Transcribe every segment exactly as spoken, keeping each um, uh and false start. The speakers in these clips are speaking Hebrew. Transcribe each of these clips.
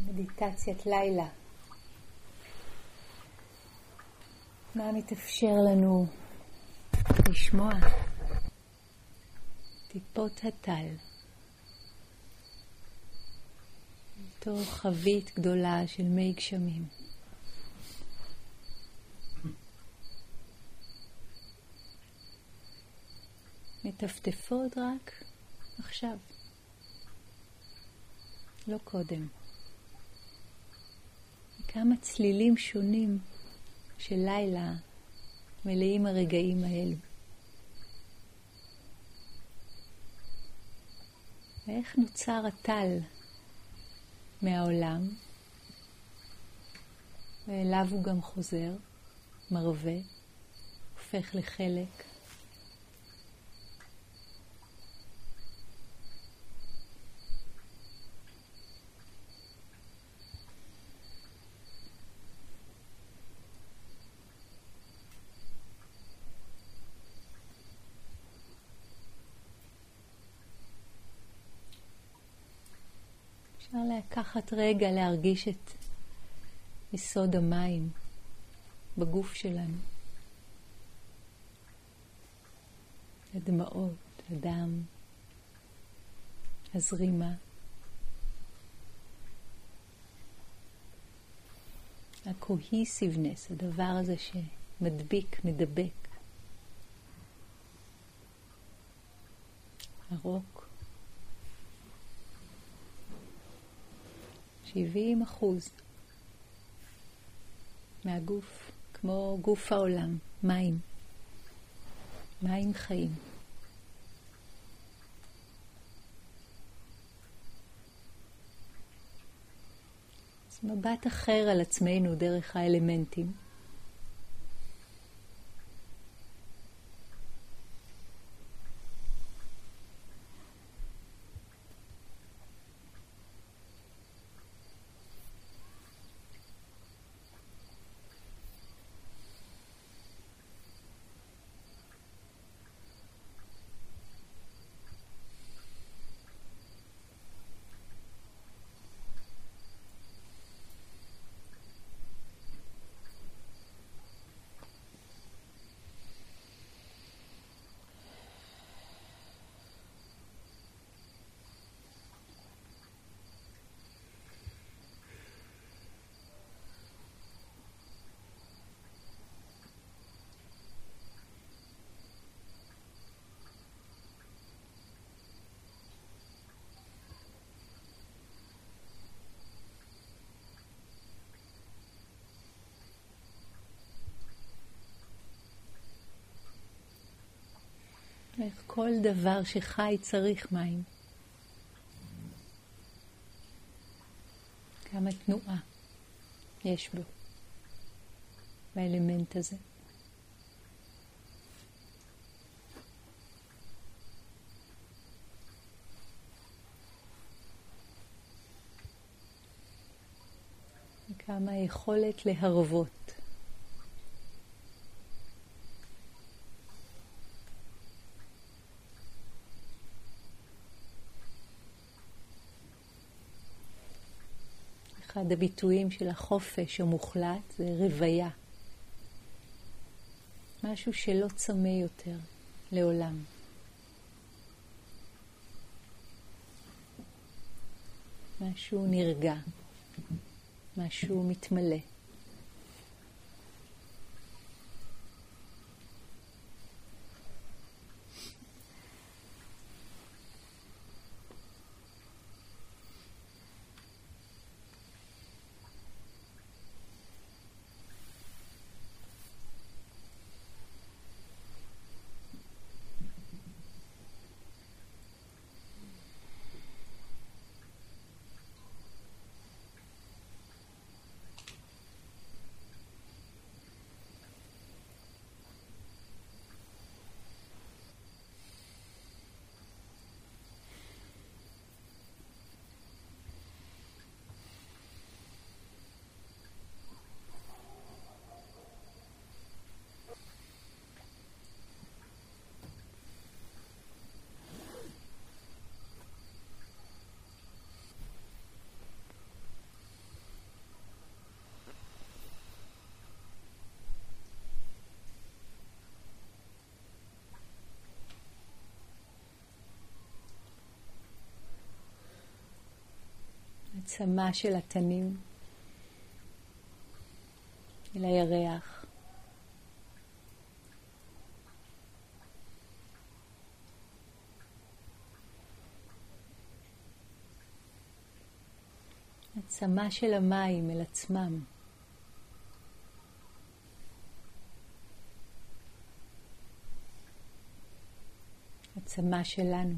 מדיטציית לילה. מה מתאפשר לנו לשמוע? טיפות הטל. אותו חבית גדולה של מי גשמים. מטפטפות רק עכשיו, לא קודם. כמה צלילים שונים של לילה מלאים הרגעים האלו. ואיך נוצר הטל מהעולם, ואליו הוא גם חוזר, מרווה, הופך לחלק. אפשר לקחת רגע להרגיש את יסוד המים בגוף שלנו. הדמעות, הדם, הזרימה. ה-cohesiveness, הדבר הזה שמדביק, מדבק. הרוק. שבעים אחוז מהגוף, כמו גוף העולם, מים. מים חיים. אז מבט אחר על עצמנו דרך האלמנטים. איך כל דבר שחי צריך מים. כמה תנועה יש בו, באלמנט הזה. וכמה יכולת להרוות. אחד הביטויים של החופש המוחלט זה רוויה. משהו שלא צמא יותר לעולם. משהו נרגע. משהו מתמלא. עצמה של התנים אל הירח. עצמה של המים אל עצמם. עצמה שלנו.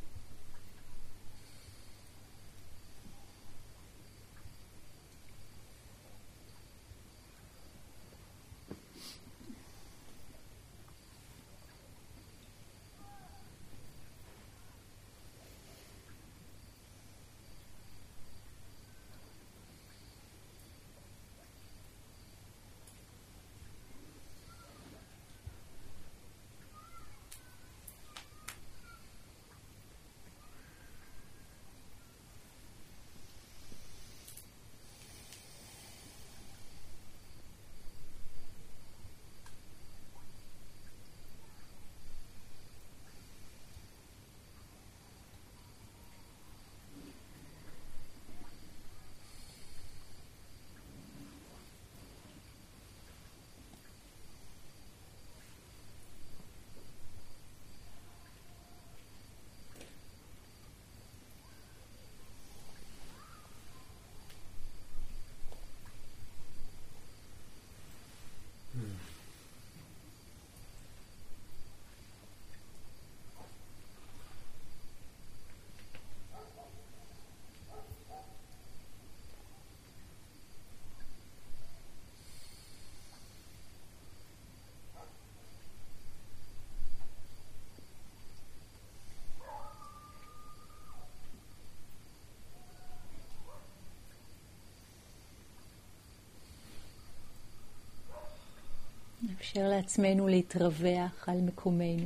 נאפשר לעצמנו להתרווח על מקומנו,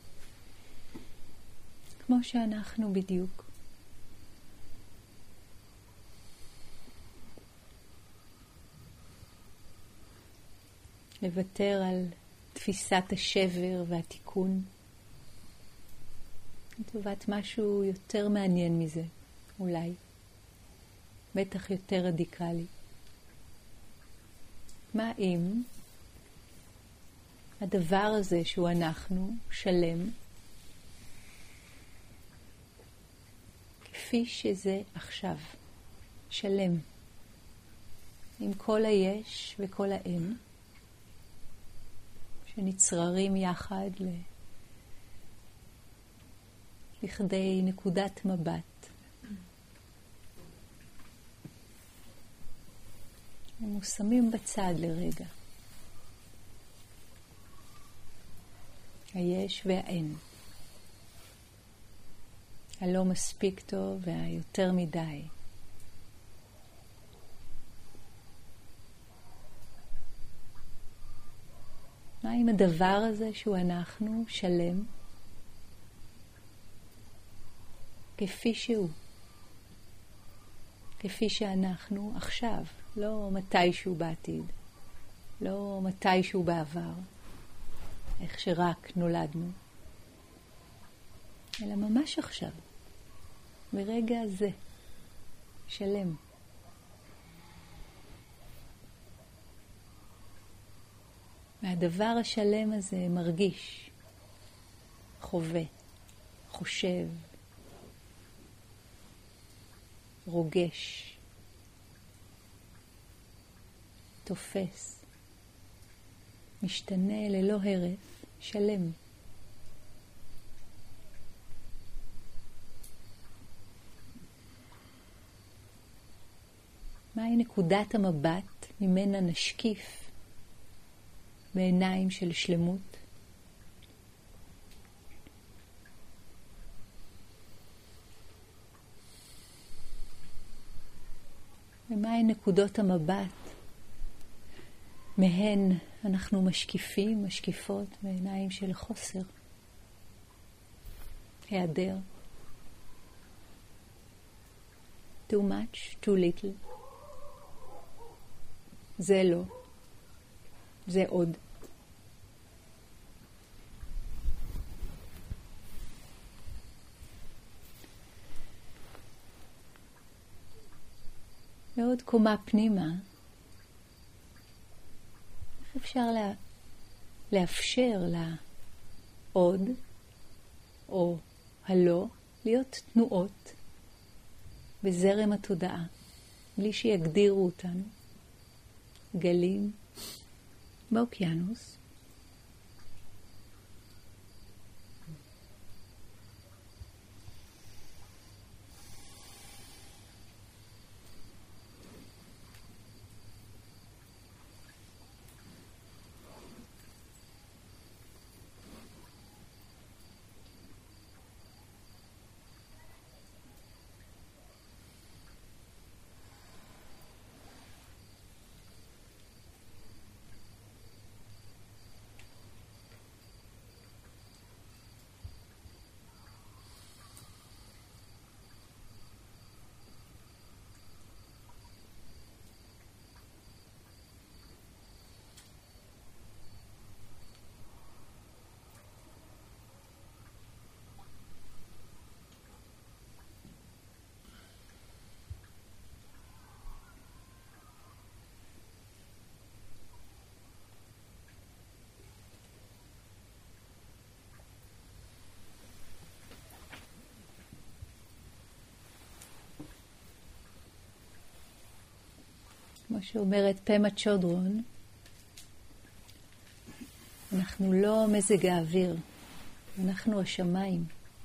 כמו שאנחנו בדיוק. לוותר על תפיסת השבר והתיקון, לטובת משהו יותר מעניין מזה, אולי, בטח יותר רדיקלי. מה אם הדבר הזה שהוא אנחנו שלם, כפי שזה עכשיו, שלם, עם כל היש וכל האין, שנצררים יחד ל... לכדי נקודת מבט. הם מושמים בצד לרגע. היש והאין. הלא מספיק טוב והיותר מדי. מה עם הדבר הזה שהוא אנחנו שלם? כפי שהוא. כפי שאנחנו עכשיו. לא מתישהו בעתיד. לא מתישהו בעבר. איך שרק נולדנו. אלא ממש עכשיו. ברגע הזה. שלם. והדבר השלם הזה מרגיש, חווה, חושב, רוגש, תופס, משתנה ללא הרף, שלם. מהי נקודת המבט ממנה נשקיף בעיניים של שלמות? ומהי נקודות המבט מהן אנחנו משקיפים, משקיפות בעיניים של חוסר, היעדר, too much, too little, זה לא, זה עוד. ועוד קומה פנימה. איך אפשר לה, לאפשר לעוד או הלא להיות תנועות בזרם התודעה, בלי שיגדירו אותנו. גלים באוקיינוס. כמו שאומרת פמה צ'ודרון, אנחנו לא מזג האוויר, אנחנו השמיים.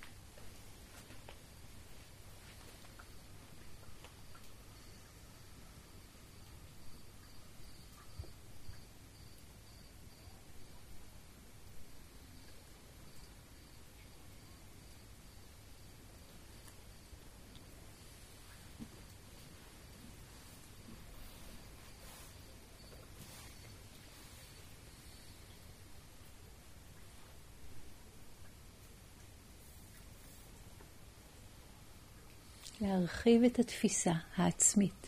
להרחיב את התפיסה העצמית,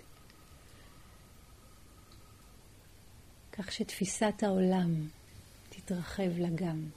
כך שתפיסת העולם תתרחב לה גם.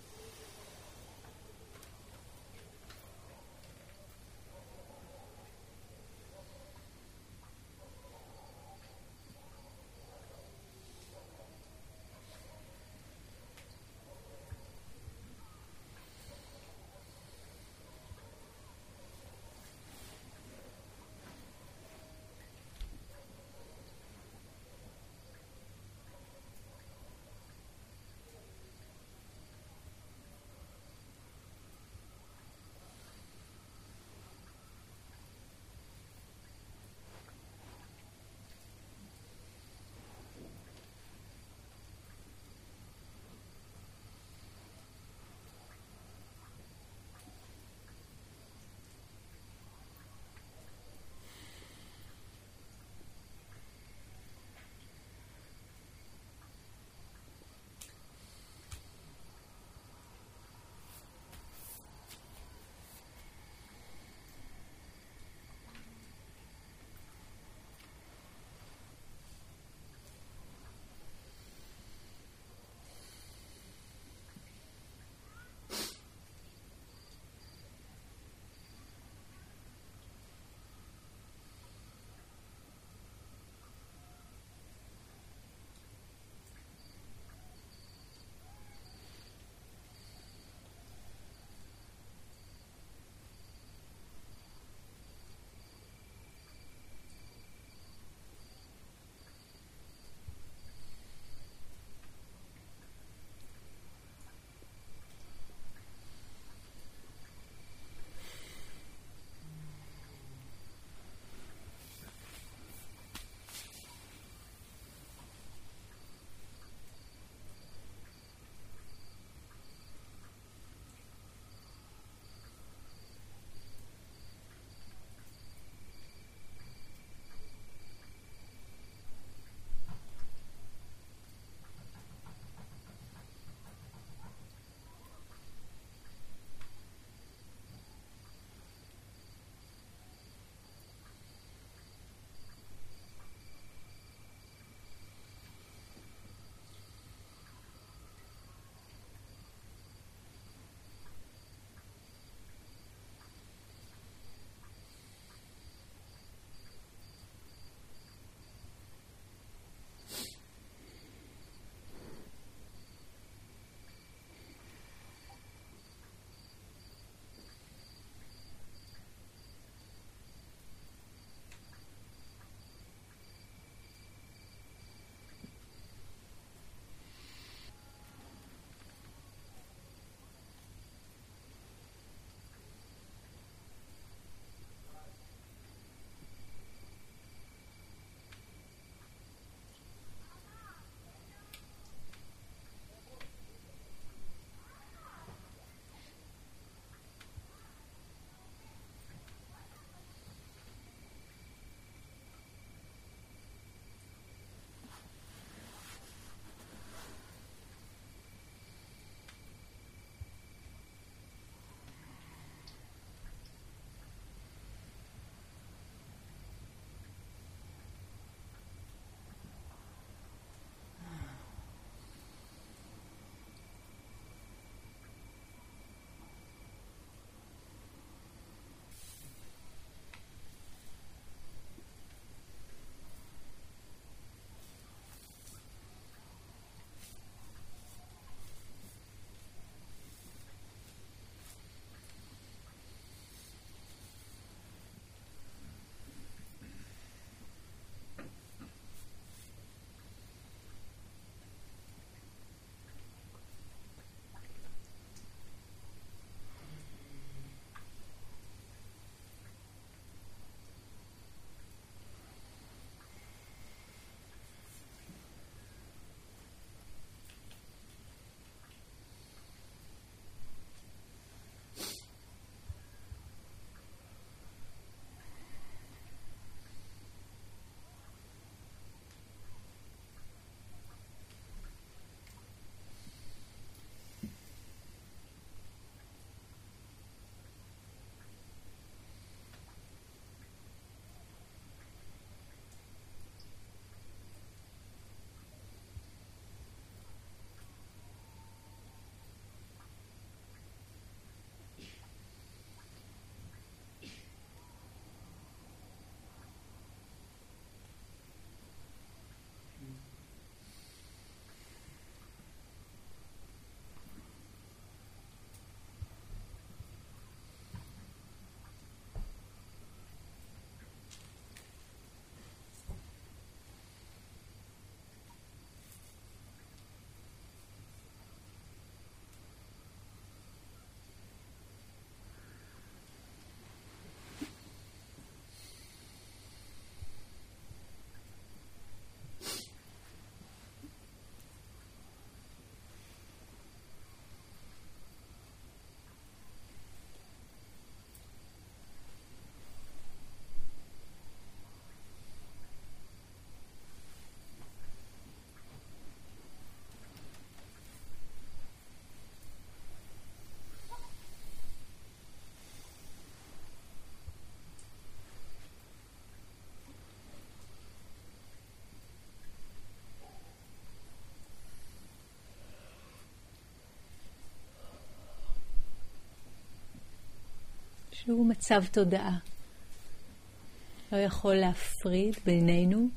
שהוא מצב תודעה. לא יכול להפריד בינינו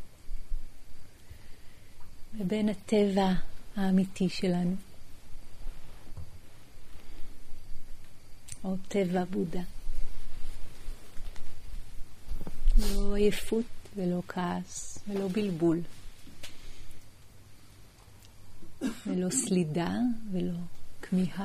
ובין הטבע האמיתי שלנו. או טבע בודה. לא עייפות ולא כעס ולא בלבול. ולא סלידה ולא כמיהה.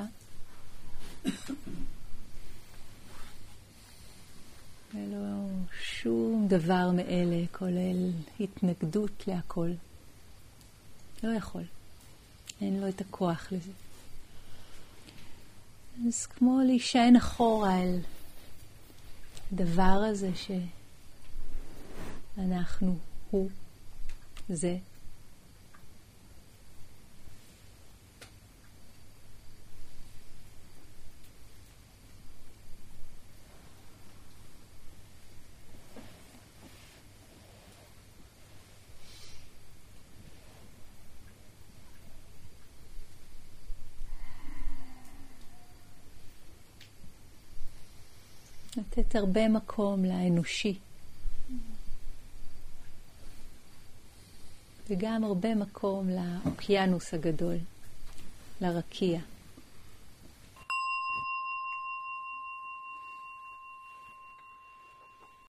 ולא שום דבר מאלה, כולל התנגדות להכל. לא יכול. אין לו את הכוח לזה. אז כמו להישען אחורה אל הדבר הזה שאנחנו, הוא, זה. לתת הרבה מקום לאנושי. וגם הרבה מקום לאוקיינוס הגדול, לרקיע.